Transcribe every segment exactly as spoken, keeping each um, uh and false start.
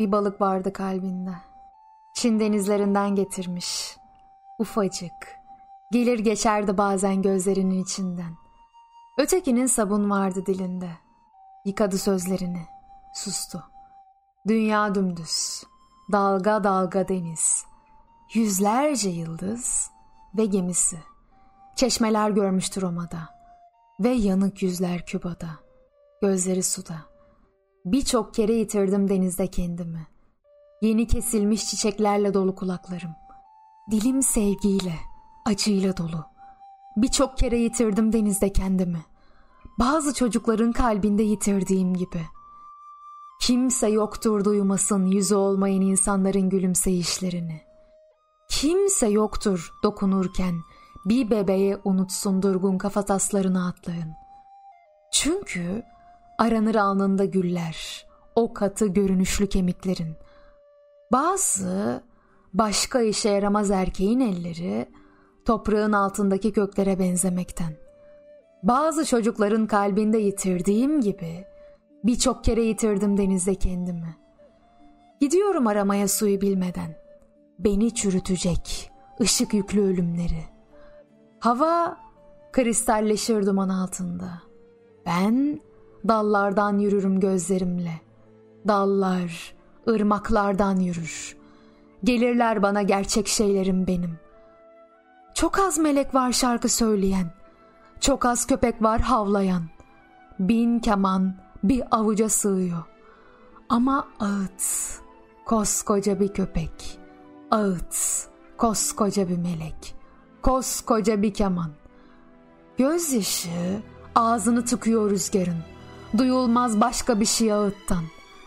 Bir balık vardı kalbinde. Çin denizlerinden getirmiş. Ufacık. Gelir geçerdi bazen gözlerinin içinden. Ötekinin sabun vardı dilinde. Yıkadı sözlerini. Sustu. Dünya dümdüz. Dalga dalga deniz. Yüzlerce yıldız ve gemisi. Çeşmeler görmüştür Roma'da. Ve yanık yüzler Küba'da. Gözleri suda. Birçok kere yitirdim denizde kendimi. Yeni kesilmiş çiçeklerle dolu kulaklarım. Dilim sevgiyle, acıyla dolu. Birçok kere yitirdim denizde kendimi. Bazı çocukların kalbinde yitirdiğim gibi. Kimse yoktur duymasın yüzü olmayan insanların gülümseyişlerini. Kimse yoktur dokunurken bir bebeğe unutsun durgun kafataslarını atlayın. Çünkü aranır alnında güller, o katı görünüşlü kemiklerin. Bazı başka işe yaramaz erkeğin elleri toprağın altındaki köklere benzemekten. Bazı çocukların kalbinde yitirdiğim gibi birçok kere yitirdim denizde kendimi. Gidiyorum aramaya suyu bilmeden. Beni çürütecek ışık yüklü ölümleri. Hava kristalleşir duman altında. Ben dallardan yürürüm gözlerimle. Dallar ırmaklardan yürür. Gelirler bana gerçek şeylerim benim. Çok az melek var şarkı söyleyen. Çok az köpek var havlayan. Bin keman bir avuca sığıyor. Ama ağıt, koskoca bir köpek. Ağıt, koskoca bir melek. Koskoca bir keman. Gözyaşı ağzını tıkıyor rüzgarın. Duyulmaz başka bir şey ağıttan.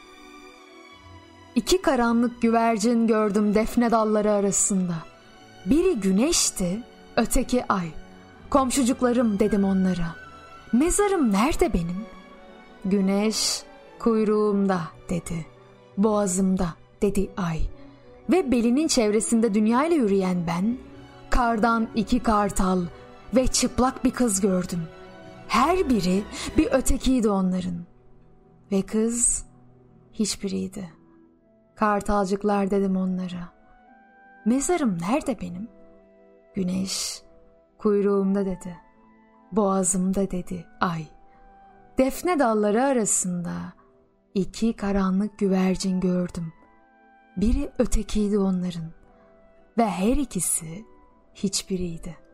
İki karanlık güvercin gördüm defne dalları arasında. Biri güneşti, öteki ay. Komşucuklarım dedim onlara. Mezarım nerede benim? Güneş kuyruğumda dedi. Boğazımda dedi ay. Ve belinin çevresinde dünyayla yürüyen ben, kardan iki kartal ve çıplak bir kız gördüm. Her biri bir ötekiydi onların. Ve kız hiçbiriydi. Kartalcıklar dedim onlara. Mezarım nerede benim? Güneş kuyruğumda dedi. Boğazımda dedi ay. Defne dalları arasında iki karanlık güvercin gördüm. Biri ötekiydi onların ve her ikisi hiçbiriydi.